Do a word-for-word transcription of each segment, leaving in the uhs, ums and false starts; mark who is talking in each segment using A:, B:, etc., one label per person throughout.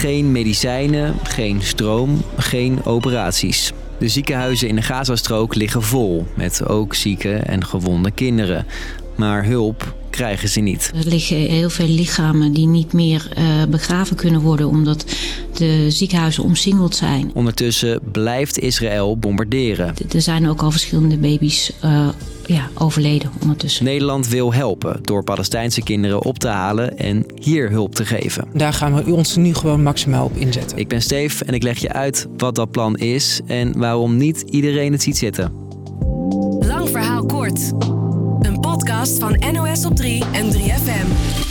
A: geen medicijnen, geen stroom, geen operaties. De ziekenhuizen in de Gazastrook liggen vol, met ook zieke en gewonde kinderen. Maar hulp krijgen ze niet.
B: Er liggen heel veel lichamen die niet meer uh, begraven kunnen worden omdat de ziekenhuizen omsingeld zijn.
A: Ondertussen blijft Israël bombarderen.
B: Er zijn ook al verschillende baby's uh, ja, overleden ondertussen.
A: Nederland wil helpen door Palestijnse kinderen op te halen en hier hulp te geven.
C: Daar gaan we ons nu gewoon maximaal op inzetten.
A: Ik ben Steef en ik leg je uit wat dat plan is en waarom niet iedereen het ziet zitten.
D: Lang verhaal kort. Een podcast van N O S op drie en drie F M.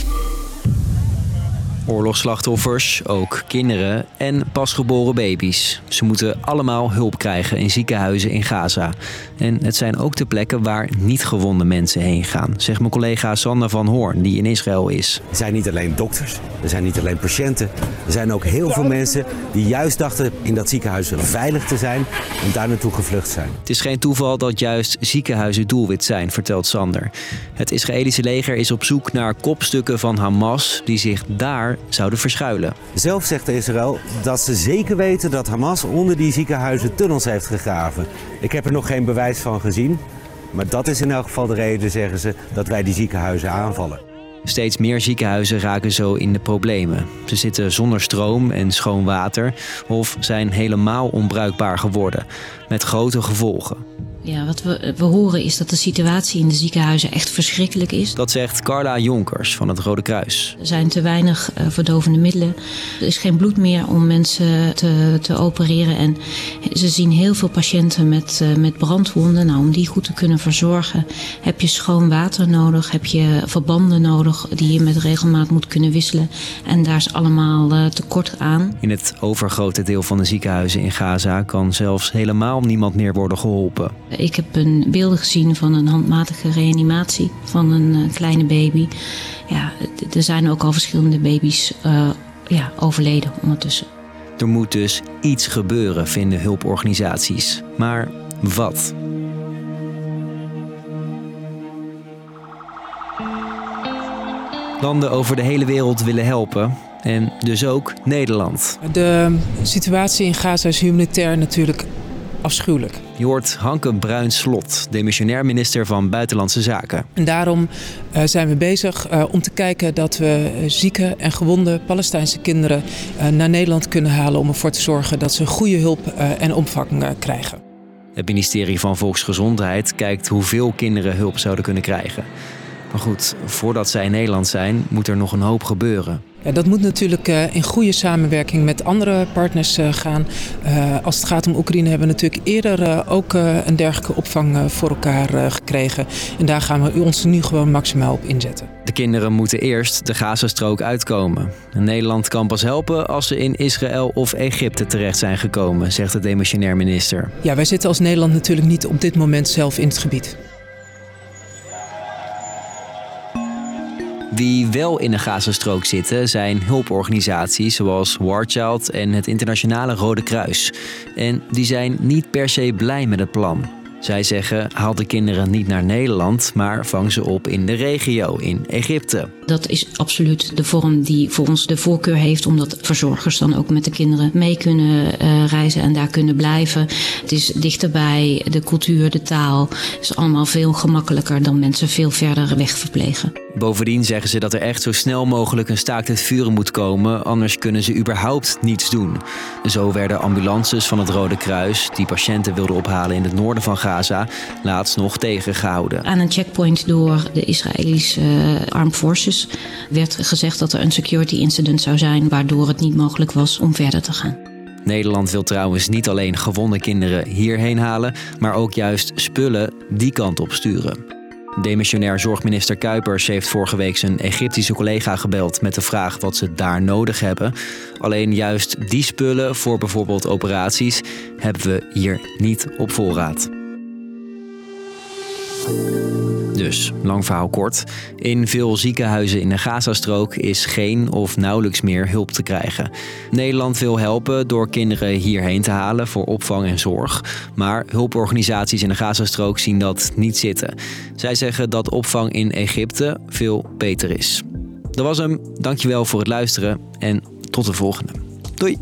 A: Oorlogsslachtoffers, ook kinderen en pasgeboren baby's. Ze moeten allemaal hulp krijgen in ziekenhuizen in Gaza. En het zijn ook de plekken waar niet gewonde mensen heen gaan, zegt mijn collega Sander van Hoorn, die in Israël is.
E: Er zijn niet alleen dokters, er zijn niet alleen patiënten. Er zijn ook heel veel mensen die juist dachten in dat ziekenhuis veilig te zijn en daar naartoe gevlucht zijn.
A: Het is geen toeval dat juist ziekenhuizen doelwit zijn, vertelt Sander. Het Israëlische leger is op zoek naar kopstukken van Hamas die zich daar zouden verschuilen.
E: Zelf zegt Israël dat ze zeker weten dat Hamas onder die ziekenhuizen tunnels heeft gegraven. Ik heb er nog geen bewijs van gezien, maar dat is in elk geval de reden, zeggen ze, dat wij die ziekenhuizen aanvallen.
A: Steeds meer ziekenhuizen raken zo in de problemen. Ze zitten zonder stroom en schoon water of zijn helemaal onbruikbaar geworden, met grote gevolgen.
B: Ja, wat we, we horen is dat de situatie in de ziekenhuizen echt verschrikkelijk is.
A: Dat zegt Carla Jonkers van het Rode Kruis.
B: Er zijn te weinig uh, verdovende middelen. Er is geen bloed meer om mensen te, te opereren. En ze zien heel veel patiënten met, uh, met brandwonden. Nou, om die goed te kunnen verzorgen heb je schoon water nodig. Heb je verbanden nodig die je met regelmaat moet kunnen wisselen. En daar is allemaal uh, tekort aan.
A: In het overgrote deel van de ziekenhuizen in Gaza kan zelfs helemaal niemand meer worden geholpen.
B: Ik heb een beelden gezien van een handmatige reanimatie van een uh, kleine baby. Ja, er zijn ook al verschillende baby's uh, ja, overleden ondertussen.
A: Er moet dus iets gebeuren, vinden hulporganisaties. Maar wat? Landen over de hele wereld willen helpen. En dus ook Nederland.
C: De situatie in Gaza is humanitair natuurlijk afschuwelijk.
A: Je hoort Hanke Bruins-Slot, demissionair minister van Buitenlandse Zaken.
C: En daarom uh, zijn we bezig uh, om te kijken dat we uh, zieke en gewonde Palestijnse kinderen uh, naar Nederland kunnen halen om ervoor te zorgen dat ze goede hulp uh, en opvang uh, krijgen.
A: Het ministerie van Volksgezondheid kijkt hoeveel kinderen hulp zouden kunnen krijgen. Maar goed, voordat zij in Nederland zijn, moet er nog een hoop gebeuren.
C: Ja, dat moet natuurlijk uh, in goede samenwerking met andere partners uh, gaan. Uh, als het gaat om Oekraïne hebben we natuurlijk eerder uh, ook uh, een dergelijke opvang uh, voor elkaar uh, gekregen. En daar gaan we ons nu gewoon maximaal op inzetten.
A: De kinderen moeten eerst de Gazastrook uitkomen. Nederland kan pas helpen als ze in Israël of Egypte terecht zijn gekomen, zegt de demissionair minister.
C: Ja, wij zitten als Nederland natuurlijk niet op dit moment zelf in het gebied.
A: Wie wel in de Gazastrook zitten zijn hulporganisaties zoals War Child en het Internationale Rode Kruis. En die zijn niet per se blij met het plan. Zij zeggen, haal de kinderen niet naar Nederland, maar vang ze op in de regio, in Egypte.
B: Dat is absoluut de vorm die voor ons de voorkeur heeft, omdat verzorgers dan ook met de kinderen mee kunnen uh, reizen en daar kunnen blijven. Het is dichterbij, de cultuur, de taal. Het is allemaal veel gemakkelijker dan mensen veel verder weg verplegen.
A: Bovendien zeggen ze dat er echt zo snel mogelijk een staakt het vuren moet komen, anders kunnen ze überhaupt niets doen. Zo werden ambulances van het Rode Kruis, die patiënten wilden ophalen in het noorden van Gaza, laatst nog tegengehouden.
B: Aan een checkpoint door de Israëlische uh, Armed Forces werd gezegd dat er een security incident zou zijn, waardoor het niet mogelijk was om verder te gaan.
A: Nederland wil trouwens niet alleen gewonde kinderen hierheen halen, maar ook juist spullen die kant op sturen. Demissionair zorgminister Kuipers heeft vorige week zijn Egyptische collega gebeld met de vraag wat ze daar nodig hebben. Alleen juist die spullen voor bijvoorbeeld operaties hebben we hier niet op voorraad. Dus, lang verhaal kort. In veel ziekenhuizen in de Gazastrook is geen of nauwelijks meer hulp te krijgen. Nederland wil helpen door kinderen hierheen te halen voor opvang en zorg. Maar hulporganisaties in de Gazastrook zien dat niet zitten. Zij zeggen dat opvang in Egypte veel beter is. Dat was hem. Dankjewel voor het luisteren en tot de volgende. Doei.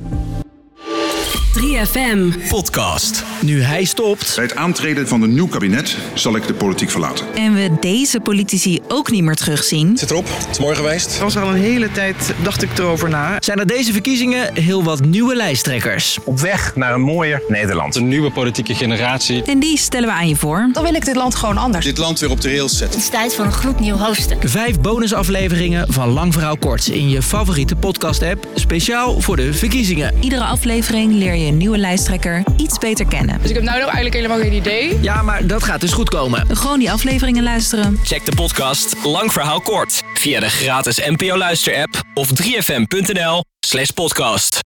D: drie F M
F: Podcast.
G: Nu hij stopt.
H: Bij het aantreden van een nieuw kabinet zal ik de politiek verlaten.
I: En we deze politici ook niet meer terugzien.
F: Zit erop. Het is mooi geweest.
J: Het was al een hele tijd, dacht ik erover na.
G: Zijn er deze verkiezingen heel wat nieuwe lijsttrekkers.
K: Op weg naar een mooier Nederland.
L: Een nieuwe politieke generatie.
I: En die stellen we aan je voor.
M: Dan wil ik dit land gewoon anders.
F: Dit land weer op de rails zetten.
N: Het is tijd voor een gloednieuw hoofdstuk.
G: Vijf bonusafleveringen van Lang Verhaal Kort in je favoriete podcast-app. Speciaal voor de verkiezingen.
I: Iedere aflevering leer je een nieuwe lijsttrekker iets beter kennen.
M: Dus ik heb nou nog eigenlijk helemaal geen idee.
G: Ja, maar dat gaat dus goed komen.
I: Gewoon die afleveringen luisteren.
F: Check de podcast Lang Verhaal Kort via de gratis N P O Luister-app of drie f m punt n l slash podcast.